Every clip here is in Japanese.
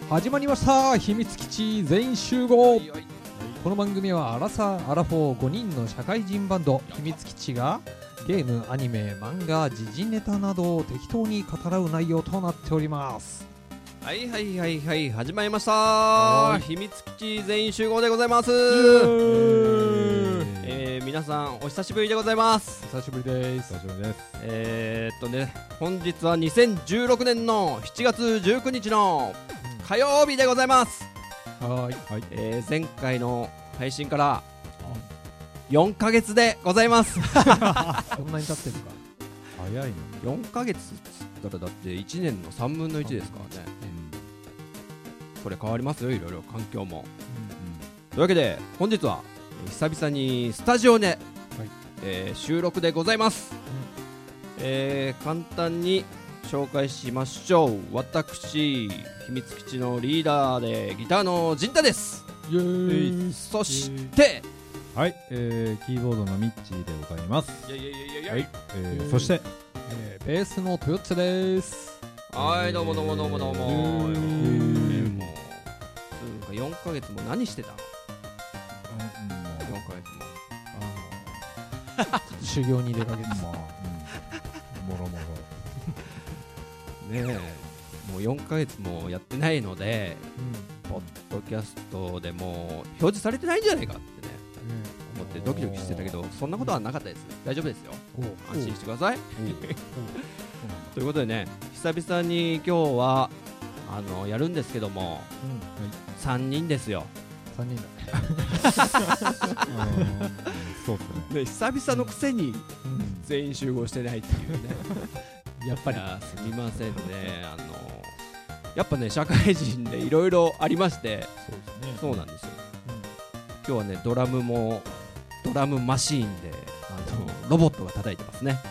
始まりました。秘密基地全員集合。この番組はアラサー・アラフォー5人の社会人バンド秘密基地がゲーム、アニメ、漫画、時事ネタなどを適当に語らう内容となっております。 はいはいはいはい、始まりました。秘密基地全員集合でございます。皆さんお久しぶりでございます。 久しぶりです。 本日は2016年の7月19日の火曜日でございます。 はい、 前回の配信から4ヶ月でございますそんなに経ってるか。 早いの。 4ヶ月っつったらだって1年の3分の1ですからね、これ変わりますよ、いろいろ環境も、というわけで本日は久々にスタジオで、収録でございます、簡単に紹介しましょう。私、秘密基地のリーダーでギターの陣太です。 イエーイ。 そしてはい、キーボードのミッチーでございます。そして、 ベースのトヨッツェです。 はい、どうもどうもどうもどうも。もう4ヶ月も何してたの？4ヶ月も修行に出かけて、 もろもろねえ、もう4ヶ月もやってないので、ポッドキャストでも表示されてないんじゃないかってね、思ってドキドキしてたけど、そんなことはなかったです。大丈夫ですよ、安心してくださいということでね、久々に今日はやるんですけども、3人ですよ。 3人だそうっすね。 で久々のくせに全員集合してないっていうねやっぱりすみませんね。やっぱね、社会人でいろいろありまして、そうなんですよ、今日はね、ドラムマシーンでロボットが叩いてますね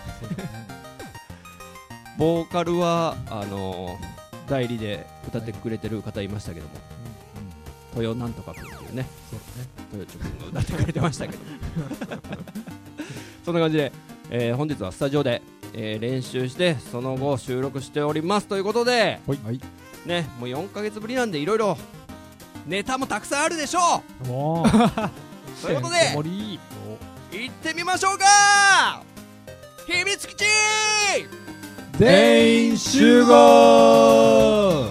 ボーカルは代理で歌ってくれてる方いましたけども、豊なんとか君っていうね、豊ちょ君が歌ってくれてましたけどそんな感じで、本日はスタジオで、練習してその後収録しておりますということで、ね、もう4ヶ月ぶりなんでいろいろネタもたくさんあるでしょうということで行ってみましょうか。秘密基地全員集合。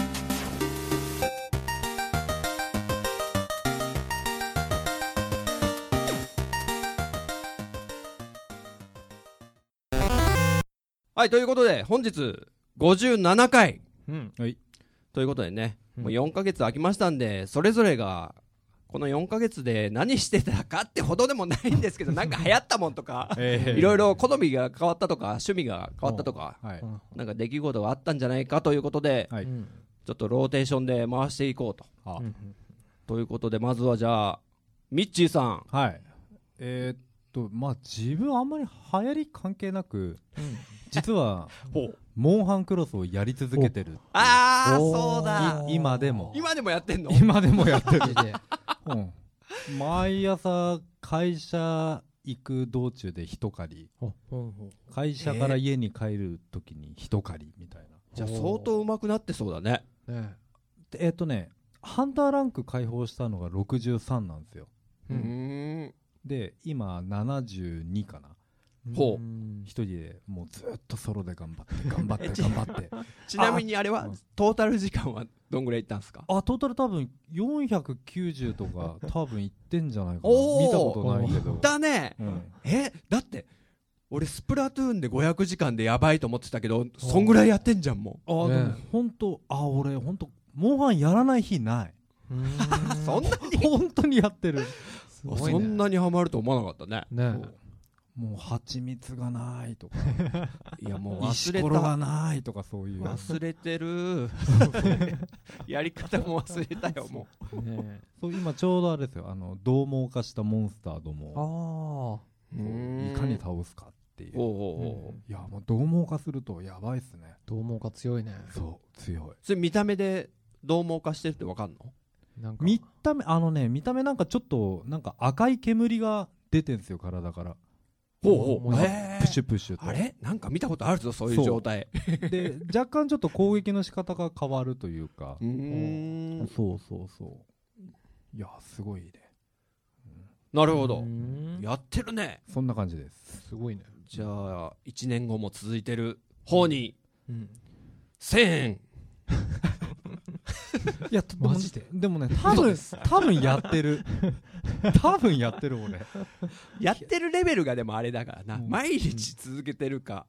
はい、ということで本日57回、ということでね、もう4ヶ月空きましたんで、それぞれがこの4ヶ月で何してたかってほどでもないんですけどなんか流行ったもんとかいろいろ好みが変わったとか趣味が変わったとか、なんか出来事があったんじゃないかということで、ちょっとローテーションで回していこうと、ということで、まずはじゃあミッチーさん。 はい。まあ自分あんまり流行り関係なく、実はモンハンクロスをやり続けてる。 そうだ。 今でもやってんの？ 今でもやってる毎朝会社行く道中で一狩り、会社から家に帰るときに一狩りみたいな。 じゃあ相当上手くなってそうだね。 ハンターランク解放したのが63なんですよ。で今72かな。一人でもうずっとソロで頑張ってちなみにあれはトータル時間はどんぐらいいったんですか？ トータル多分490とか多分いってんじゃないかな。見たことないけどだね、だって俺スプラトゥーンで500時間でやばいと思ってたけど、そんぐらいやってんじゃんもう。 でも本当俺本当モンハンやらない日ないそんなに本当にやってる。 そんなにハマると思わなかったね。 もう蜂蜜がないとかいやもう忘れた、 石ころがないとか、そういう忘れてるやり方も忘れたよもうそう今ちょうどあれですよ、獰猛化したモンスターどもいかに倒すかっていう。いやもう獰猛化するとやばいっすね。 獰猛化強いね。 そう強い。 それ見た目で獰猛化してるってわかんの？ なんか見た目なんかちょっとなんか赤い煙が出てんすよ、体から。 ほうほう。 プッシュプッシュと。 あれなんか見たことあるぞ、そういう状態。 で、若干ちょっと攻撃の仕方が変わるというか。そうそうそう。いや、すごいね。 なるほど。やってるね。 そんな感じです。 すごいね。 じゃあ、1年後も続いてる方に、1000円。 いや、 マジで。 でもね、多分やってる。多分やってる俺。 やってるレベルがでもあれだからな。毎日続けてるか。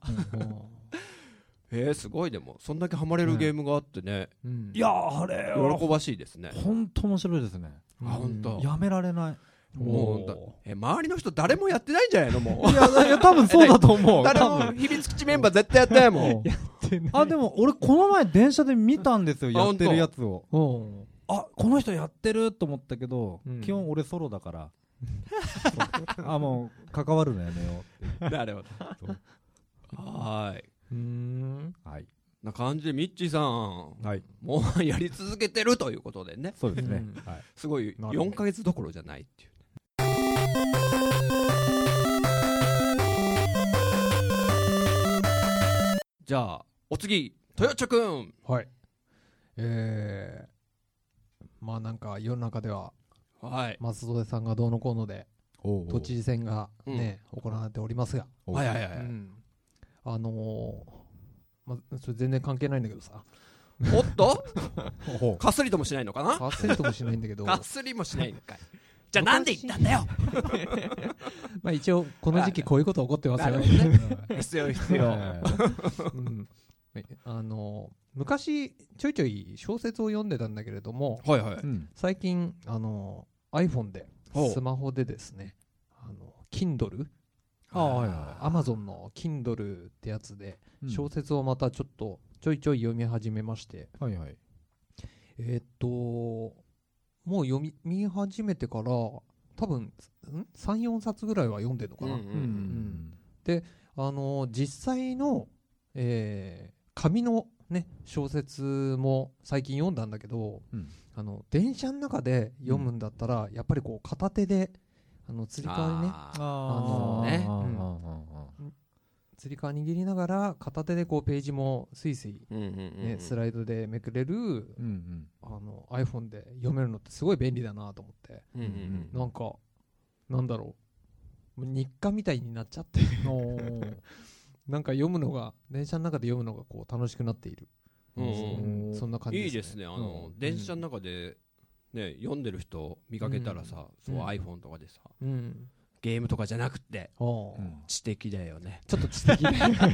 すごい。でもそんだけハマれるゲームがあってね。 いや、あれ喜ばしいですね。 本当面白いですね。 本当。 やめられない。 もう周りの人誰もやってないんじゃないのもう。 いや多分そうだと思う。 誰も秘密基地メンバー絶対やってないもん。 あ、でも俺この前電車で見たんですよ、やってるやつを。あ、この人やってると思ったけど、基本俺ソロだからあ、もう関わるのやめようって。 なるほど。はい。 はい。 な感じでミッチーさん、 はい、 もうやり続けてるということでね。 そうですね。はい、 すごい4ヶ月どころじゃないっていう。じゃあお次、トヨッチョくん。 はい。まあなんか世の中では、松戸さんがどうのこうので都知事選がね、行われておりますが、 はいはいはい。 まあ、それ全然関係ないんだけどさ。 おっとかすりともしないのかな。 かすりともしないんだけどかすりもしないのかい。じゃあなんで言ったんだよまあ一応この時期こういうこと起こってますよね。 必要必要。 昔ちょいちょい小説を読んでたんだけれども、最近iPhone でスマホでですね、Kindle、Amazon の Kindle ってやつで小説をまたちょいちょい読み始めまして、もう読み始めてから多分 3,4 冊ぐらいは読んでるのかな。で、実際の、紙のね小説も最近読んだんだけど、電車の中で読むんだったらやっぱりこう片手でつり革にね、つり革握りながら片手でこうページもスイスイスライドでめくれるiPhone で読めるのってすごい便利だなと思って、なんかなんだろう、日課みたいになっちゃってなんか読むのが電車の中で読むのがこう楽しくなっている。そんな感じですね。いいですね。 電車の中でね読んでる人見かけたらさ、そう iPhone とかでさ、ゲームとかじゃなくて知的だよね。 ちょっと知的で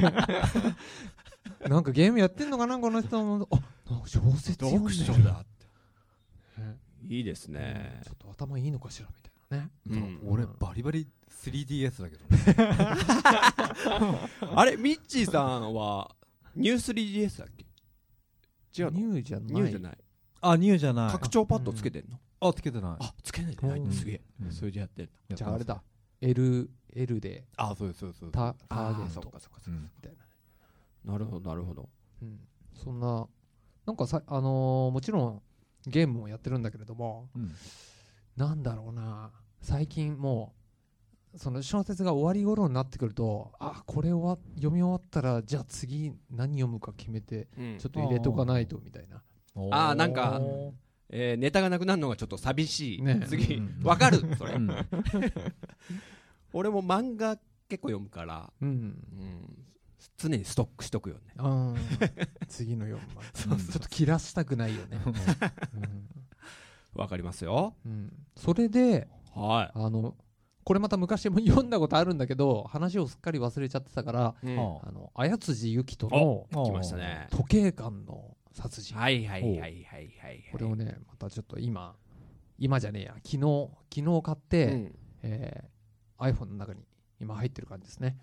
なんかゲームやってんのかなこの人も。あ、小説読んでる、 読書だって。いいですね。 ちょっと頭いいのかしらみたいなね。 俺バリバリ 3DS だけどねあれミッチーさんはニュー 3DS だっけ。違うの。 ニューじゃない。 ニューじゃない。 あ、ニューじゃない。 拡張パッドつけてんの。 あ、つけてない。 あ、つけないで。すげえ。それでやってんだ。 じゃああれだ。L で。 あ、そうですそうです。 ターゲット。 そうかみたいな。なるほどなるほど。 そんななんかさ、もちろんゲームもやってるんだけれども、なんだろうな、最近もうその小説が終わり頃になってくると、あ、これ読み終わったらじゃあ次何読むか決めてちょっと入れとかないとみたいな。 なんかネタがなくなるのがちょっと寂しい。次わかるそれ。俺も漫画結構読むから、常にストックしとくよね。 次の読むちょっと切らしたくないよね。 わかりますよ。 それでこれまた昔も読んだことあるんだけど話をすっかり忘れちゃってたから、綾辻ゆきとの時計館の殺人。これをねまたちょっと今じゃねえや、昨日買って、iPhone の中に今入ってる感じですね。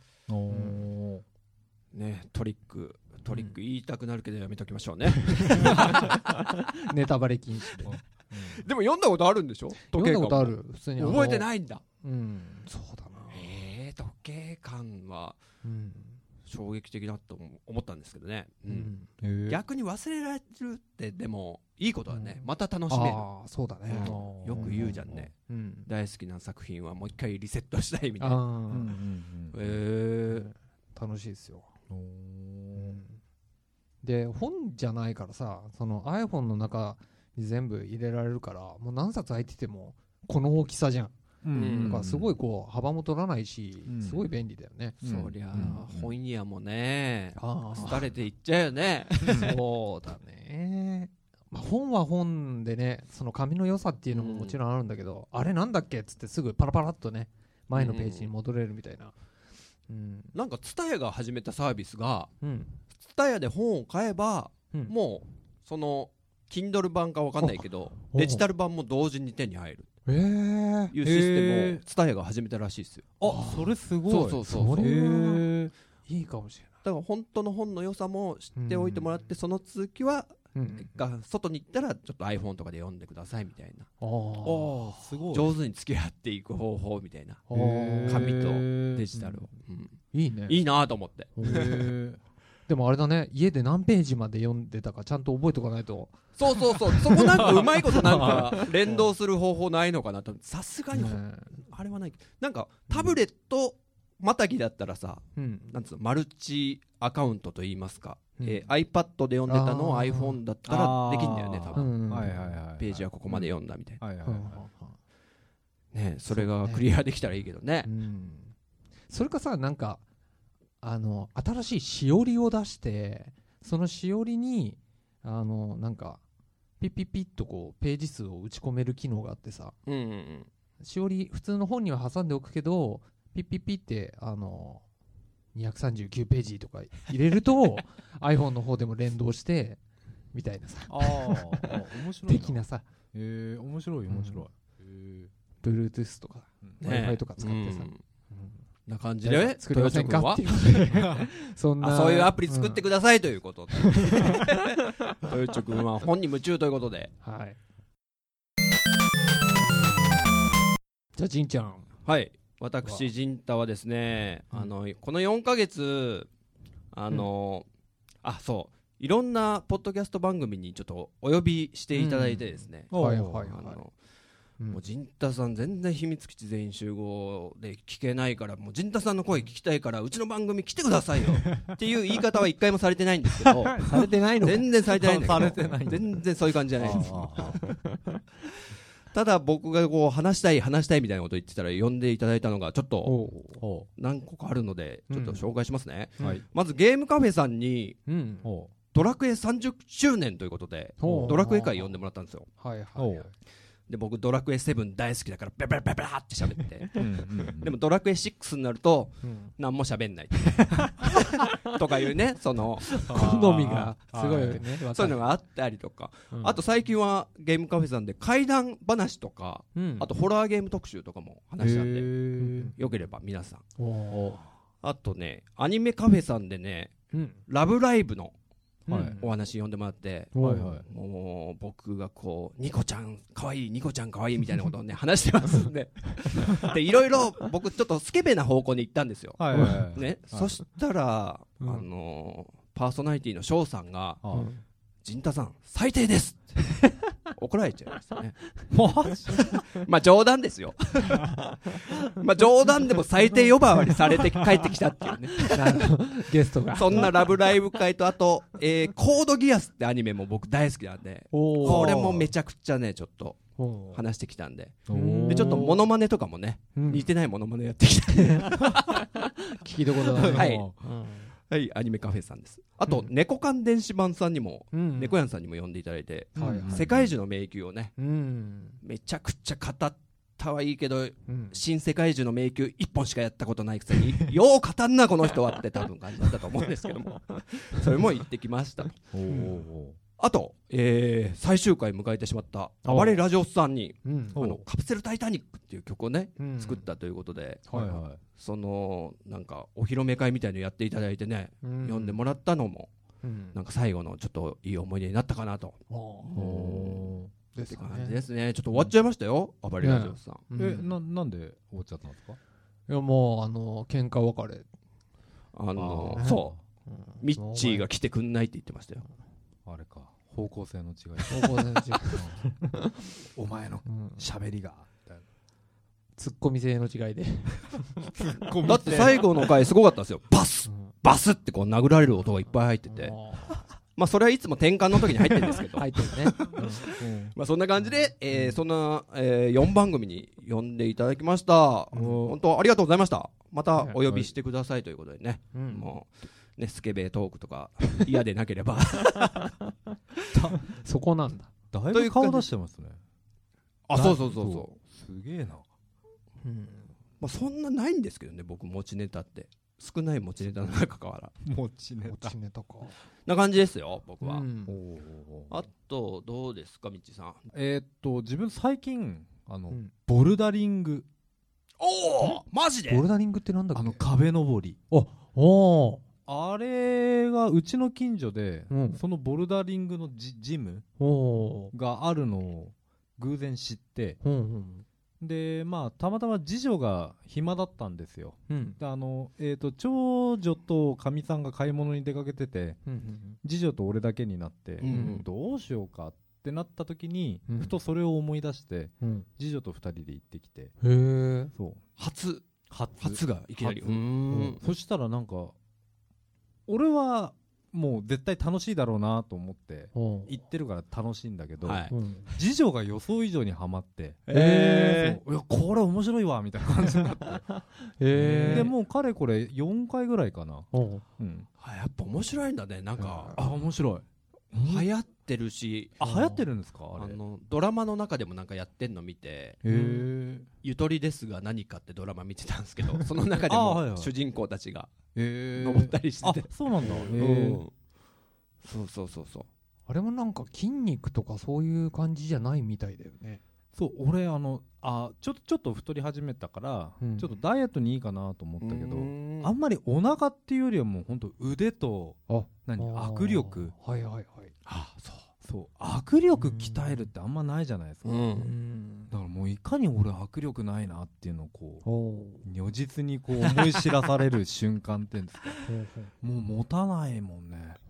ね、トリック言いたくなるけどやめときましょうね。 ネタバレ禁止で。 でも読んだことあるんでしょ。 読んだことある。普通に覚えてないんだ。 そうだな。 時計館は衝撃的だと思ったんですけどね、逆に忘れられるってでもいいことはね、また楽しめる。 そうだね、 よく言うじゃんね、大好きな作品はもう一回リセットしたいみたいな。 楽しいですよ。で本じゃないからさ、その iPhone の中に全部入れられるから、もう何冊入っててもこの大きさじゃん。だからすごいこう幅も取らないし、すごい便利だよね。 そりゃ本屋もね、廃れていっちゃうよね。 そうだね。本は本でね、その紙の良さっていうのももちろんあるんだけど、あれなんだっけっつってすぐパラパラっとね前のページに戻れるみたいな。 なんかTSUTAYAが始めたサービスが、TSUTAYAで本を買えば、もうその Kindle 版か分かんないけどデジタル版も同時に手に入るいうシステムをTSUTAYAが始めたらしいですよ。 それすごい。 それはいいかもしれない。 だから本当の本の良さも知っておいてもらって、その続きは外に行ったらちょっと iPhone とかで読んでくださいみたいな、 すごい上手に付き合っていく方法みたいな、紙とデジタルを、 いいね、 いいなと思って。 でもあれだね、家で何ページまで読んでたかちゃんと覚えておかないと。 そうそこなんかうまいことなんか連動する方法ないのかなと。さすがにあれはない。なんかタブレットまたぎだったらさ、なんつうの、マルチアカウントといいますか、iPad で読んでたのを iPhone だったらできんだよね多分。ページはここまで読んだみたいなね。それがクリアできたらいいけどね。 それかさ、なんか新しいしおりを出して、そのしおりになんかピッピッピッとこうページ数を打ち込める機能があってさ、しおり普通の本には挟んでおくけど、ピッピッピッって239ページとか入れるとiPhone の方でも連動してみたいなさ、 面白い的なさ、 面白い。 Bluetooth とか Wi-Fi とか使ってさ、 な感じで作りませんかっていうそういうアプリ作ってくださいということで、豊地君は本に夢中ということで、 じゃあじんちゃん。 はい、私陣太はですね、この4ヶ月そういろんなポッドキャスト番組にちょっとお呼びしていただいてですね、もう陣太さん全然秘密基地全員集合で聞けないから、もう陣太さんの声聞きたいからうちの番組来てくださいよっていう言い方は一回もされてないんですけどされてないのか。 全然されてないんだけど全然そういう感じじゃないですただ僕がこう話したいみたいなことを言ってたら呼んでいただいたのがちょっと何個かあるのでちょっと紹介しますね。まずゲームカフェさんにドラクエ30周年ということでドラクエ会呼んでもらったんですよ。で僕ドラクエ7大好きだからベラベラって喋ってでもドラクエ6になると何も喋んないとかいうね、その好みがすごいね、 そういうのがあったりとか、あと最近はゲームカフェさんで怪談話とか、あとホラーゲーム特集とかも話したんで、よければ皆さん。あとね、アニメカフェさんでね、ラブライブのお話読んでもらって、もう僕がこうニコちゃんかわいいみたいなことをね話してますんででいろいろ僕ちょっとスケベな方向に行ったんですよ。そしたらパーソナリティの翔さんが陣太さん最低です怒られちゃいましたねまあ冗談ですよまあ冗談でも最低呼ばわりされて帰ってきたっていうねゲストが。 そんなラブライブ会と、あと、コードギアスってアニメも僕大好きなんで、これもめちゃくちゃねちょっと話してきたんで、でちょっとモノマネとかもね、似てないモノマネやってきた聞きどころだね。 はい、アニメカフェさんです。あと、猫缶電子版さんにも、猫やんさんにも呼んでいただいて、世界樹の迷宮をね、めちゃくちゃ語ったはいいけど、新世界樹の迷宮一本しかやったことないくせによう語んなこの人はって多分感じだったと思うんですけどもそれも行ってきましたあと、最終回迎えてしまった暴れラジオスさんに、カプセルタイタニックっていう曲をね、作ったということで、そのなんかお披露目会みたいのやっていただいてね、読んでもらったのも、なんか最後のちょっといい思い出になったかなとって感じですね。ちょっと終わっちゃいましたよ、暴れラジオさん。 なんで終わっちゃったんですか？ いやもう喧嘩別れ。 そうミッチーが来てくんないって言ってましたよ。 あれか、方向性の違いお前の喋りがツッコミ性の違いでだって最後の回すごかったんですよ。バスバスってこう殴られる音がいっぱい入ってて、まあそれはいつも転換の時に入ってるんですけど入ってるねまあそんな感じで、そんな、4番組に呼んでいただきました。本当ありがとうございました。またお呼びしてくださいということでね、もうねスケベトークとか嫌でなければそこなんだ。 だいぶ顔出してますね。 あ、そうそうそうそう、 すげえな。 まあそんなないんですけどね、僕持ちネタって少ない持ちネタの中から持ちネタかな感じですよ僕は。あとどうですかミッチーさん。 自分最近ボルダリング。 おおマジで。 ボルダリングってなんだっけ。 壁登り。 おあれがうちの近所で、そのボルダリングのジムがあるのを偶然知って、でまあたまたま次女が暇だったんですよ。で長女とかみさんが買い物に出かけてて、次女と俺だけになって、どうしようかってなった時に、ふとそれを思い出して、次女と2人で行ってきて、そう初がいきなり。 そしたらなんか俺はもう絶対楽しいだろうなと思って行ってるから楽しいんだけど、次女が予想以上にハマって、いやこれ面白いわみたいな感じになってでもうかれこれ4回ぐらいかな。 やっぱ面白いんだね。なんか面白い、 流行ってるし。 流行ってるんですか。あれドラマの中でもなんかやってんの見て、ゆとりですが何かってドラマ見てたんですけど、その中でも主人公たちが登ったりしてて。 そうなんだ。 そうあれもなんか筋肉とかそういう感じじゃないみたいだよね。 そう俺ちょっと太り始めたから、ちょっとダイエットにいいかなと思ったけど、あんまりお腹っていうよりはもう本当腕と握力。そう握力鍛えるってあんまないじゃないですか。だからもういかに俺握力ないなっていうのをこう如実にこう思い知らされる瞬間っていうんですかもう持たないもんね。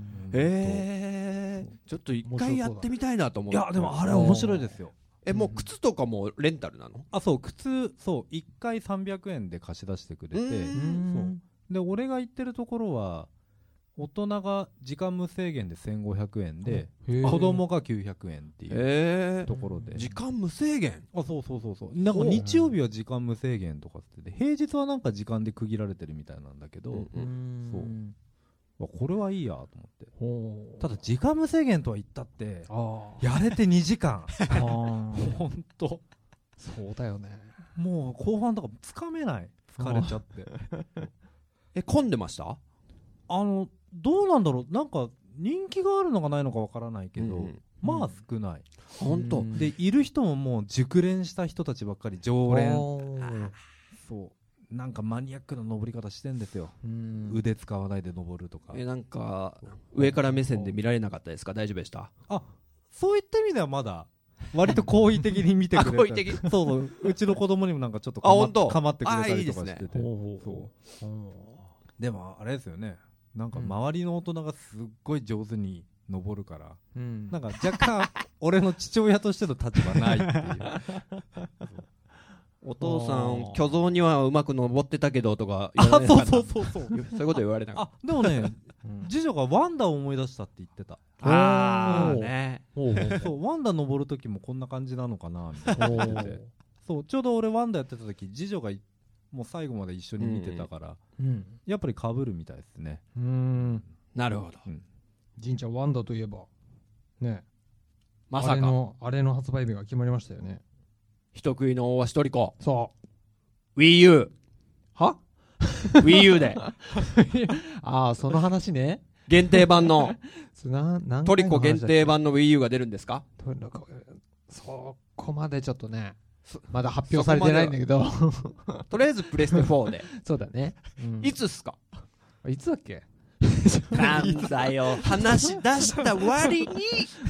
ちょっと一回やってみたいなと思って。 いやでもあれ面白いですよ。 もう靴とかもレンタルなの？ そう靴そう1回300円で貸し出してくれて、で俺が行ってるところは大人が時間無制限で1500円で、子供が900円っていうところで、 時間無制限。 そうなんか日曜日は時間無制限とかって平日はなんか時間で区切られてるみたいなんだけど、これはいいやと思って。ただ時間無制限とは言ったってやれて2時間ほんとそうだよね。 もう後半とかつかめない、疲れちゃって混んでました？ どうなんだろう、なんか人気があるのかないのかわからないけど、まあ少ない。 本当でいる人ももう熟練した人たちばっかり、常連。そうなんかマニアックな登り方してんですよ。腕使わないで登るとか。 なんか上から目線で見られなかったですか？大丈夫でした？ そういった意味ではまだ割と好意的に見てくれて好意的。 そううちの子供にもなんかちょっとかまってくれたりとかしてて。でもあれですよね、なんか周りの大人がすっごい上手に登るから、なんか若干俺の父親としての立場ないっていうお父さん巨像にはうまく登ってたけどとか言われなかった？そういうこと言われなかった。 でもね次女がワンダを思い出したって言ってた。 ね。 そうワンダ登る時もこんな感じなのかなみたいな言ってて、そうちょうど俺ワンダやってた時次女がもう最後まで一緒に見てたから、やっぱり被るみたいですね。 なるほど。 じんちゃんワンダといえばね、 まさかあれの発売日が決まりましたよね。 人食いの大足トリコ。 そう Wii U は Wii U でその話ね。 限定版のトリコ限定版の Wii U が出るんですか？ そこまでちょっとねまだ発表されてないんだけどとりあえずプレステ4でそうだね、 いつっすか？ いつだっけなんだよ話し出した割に、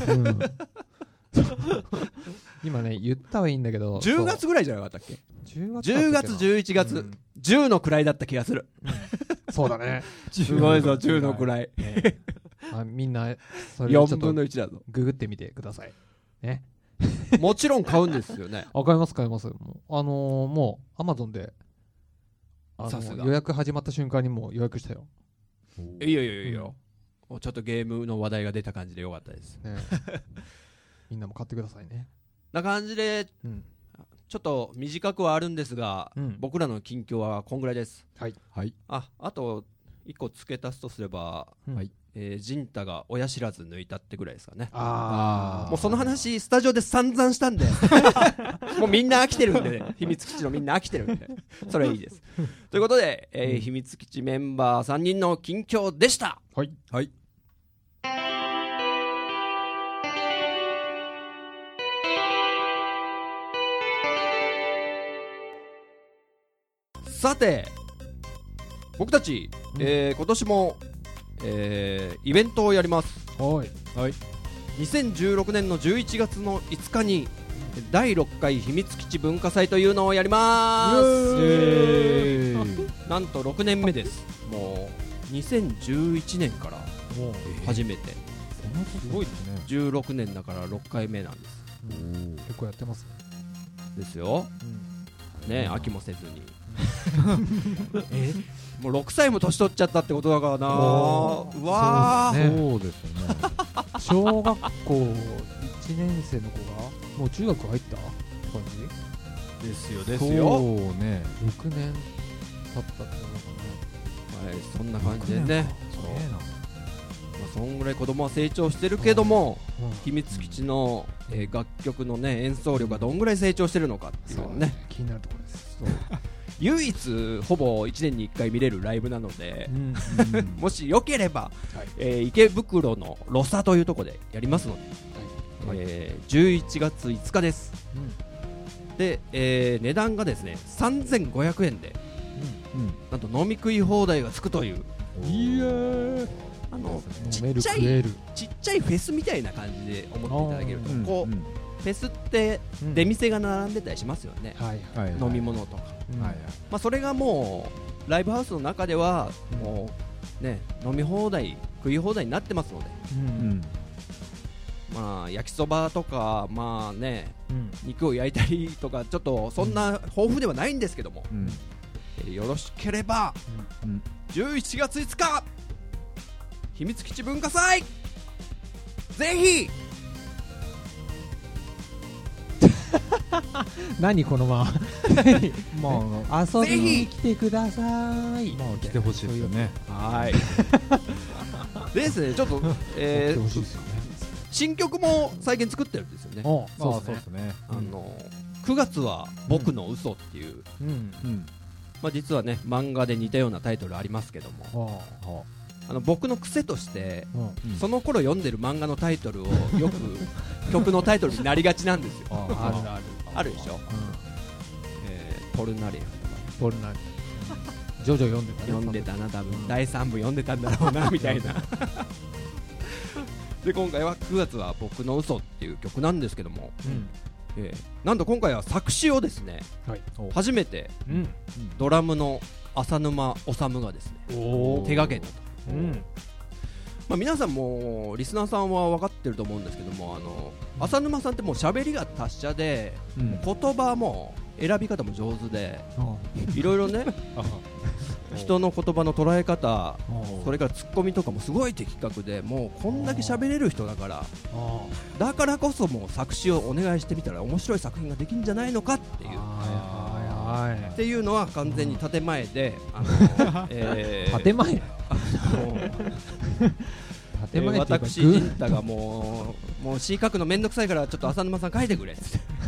今ね言ったはいいんだけど 10月ぐらいじゃなかったっけ？10月11月、10の位だった気がする。 そうだね。 すごいぞ、10の位。 みんなそれをちょ 4 っと分の1だぞ。 ググってみてくださいね。 もちろん買うんですよね。 買います買います。もう Amazon でさすが予約始まった瞬間にもう予約したよ。 いやいやいや、ちょっとゲームの話題が出た感じでよかったです。 ね、みんなも買ってくださいね。 な感じで、ちょっと短くはあるんですが、僕らの近況はこんぐらいです。 はい。 あと1個付け足すとすれば、ジンタが親知らず抜いたってぐらいですかね。もうその話スタジオで散々したんでもうみんな飽きてるんで、ね、秘密基地のみんな飽きてるんでそれはいいです。ということで、秘密基地メンバー3人の近況でした。 はい、はい。 さて僕たち、今年も、イベントをやります。 はい、 はい、2016年の11月の5日に第6回秘密基地文化祭というのをやります。なんと6年目です。もう2011年から初めて、 すごいですね。 16年だから6回目なんです。 結構やってますね。ですよ、ね、飽きもせずにもう6歳も年取っちゃったってことだからな。うわー、そうですね。 小学校1年生の子がもう中学入った感じですよですよ。そうね。 6年経ったってことだね。 はい、そんな感じでね。そんぐらい子供は成長してるけども、秘密基地の、楽曲のね演奏力がどんぐらい成長してるのかっていうのね、 気になるところです。 唯一ほぼ1年に1回見れるライブなので、もしよければ、池袋のロサというところでやりますので、11月5日です。で、値段がですね3500円で、なんと飲み食い放題がつくという、ちっちゃいフェスみたいな感じで思っていただけると、こうフェスって出店が並んでたりしますよね、飲み物とか。それがもうライブハウスの中ではもうね飲み放題食い放題になってますので、まあ焼きそばとかまあね肉を焼いたりとかちょっとそんな豊富ではないんですけども、よろしければ11月5日秘密基地文化祭ぜひ何この遊びに来てください。 来てほしいですよね。 はいですね、ちょっと、新曲も最近作ってるんですよね。 そうですね。 9月は僕の嘘っていう、実はね漫画で似たようなタイトルありますけども、僕の癖として、その頃読んでる漫画のタイトルをよく曲のタイトルになりがちなんですよ。あるでしょ。ポルナレフとか、 ポルナレフジョジョ読んでたな、多分第3部読んでたんだろうなみたいなで今回は9月は僕の嘘っていう曲なんですけども、なんと今回は作詞をですね、初めてドラムの浅沼治がですね手掛けたと。皆さんもリスナーさんは分かってると思うんですけども、浅沼さんってもう喋りが達者で、言葉も選び方も上手で、いろいろね人の言葉の捉え方、それからツッコミとかもすごい的確で、もうこんだけ喋れる人だから、だからこそもう作詞をお願いしてみたら面白い作品ができるんじゃないのかっていうのは完全に建前で、 建前私陣太がもう詩書くのめんどくさいからちょっと浅沼さん書いてくれって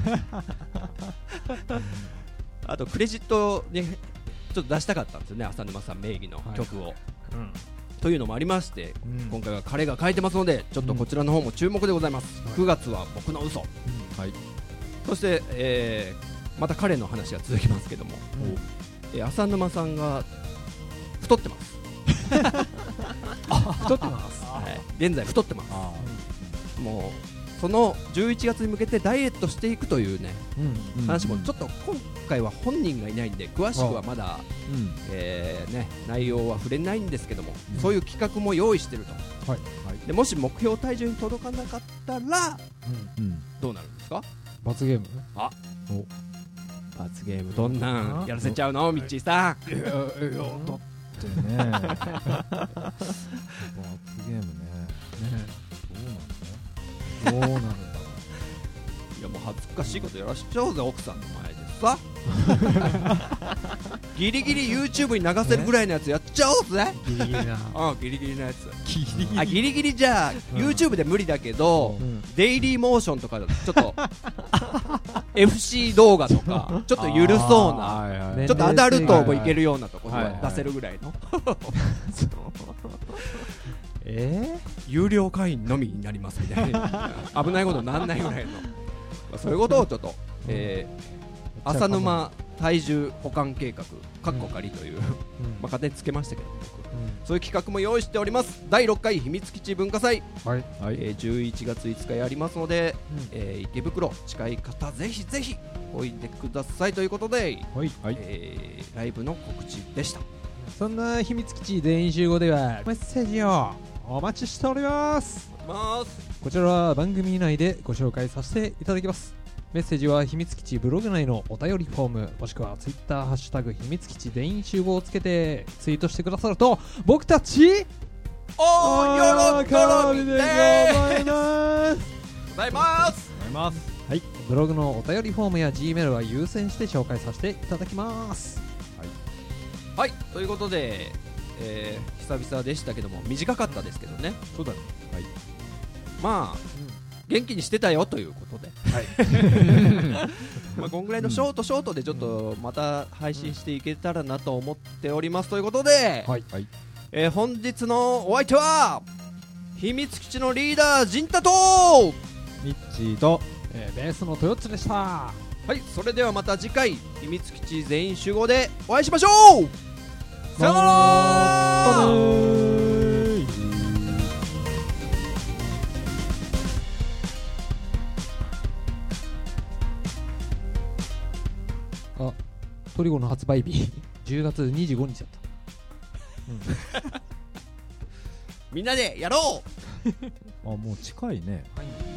あとクレジットにちょっと出したかったんですよね、浅沼さん名義の曲を、というのもありまして、今回は彼が書いてますのでちょっとこちらの方も注目でございます。9月は僕の嘘、そして、また彼の話が続きますけども、浅沼さんが太ってます太ってます、 現在太ってます。もうその11月に向けてダイエットしていくというね、話もちょっと今回は本人がいないんで詳しくはまだ、内容は触れないんですけども、そういう企画も用意してると、でもし目標体重に届かなかったら、どうなるんですか？ 罰ゲーム。 罰ゲームどんなんやらせちゃうの、ミッチーさん。 いやだってね罰ゲームねどうなの？ いやもう恥ずかしいことやらしちゃおうぜ、奥さんの前でさ。ギリギリ YouTube に流せるぐらいのやつやっちゃおうぜ。 ギリギリな。 ギリギリのやつ。ギリギリじゃあ YouTube で無理だけど、デイリーモーションとかちょっとFC 動画とかちょっと緩そうな、ちょっとアダルトもいけるようなとこ出せるぐらいの有料会員のみになりますみたいな危ないことにならないぐらいの、そういうことをちょっと、浅沼体重保管計画かっこ仮という、勝手につけましたけど、そういう企画も用意しております。第6回秘密基地文化祭、11月5日やりますので、池袋近い方ぜひぜひおいでくださいということで、ライブの告知でした。 そんな秘密基地全員集合ではメッセージをお待ちしております。こちらは番組内でご紹介させていただきます。メッセージは秘密基地ブログ内のお便りフォーム、もしくはツイッターハッシュタグ秘密基地全員集合をつけてツイートしてくださると、僕たち喜びでございます。はい、ブログのお便りフォームや G メールは優先して紹介させていただきます。 はい、ということで、久々でしたけども短かったですけどね。 そうだね。 まあ、元気にしてたよということで、まあこんぐらいのショートでちょっとまた配信していけたらなと思っておりますということで、本日のお相手は秘密基地のリーダー陣太とミッチーと、 ベースのトヨッツでした。 はい、それではまた次回秘密基地全員集合でお会いしましょう。さよなら。 トリゴの発売日10月25日だった、 みんなでやろう。 もう近いね。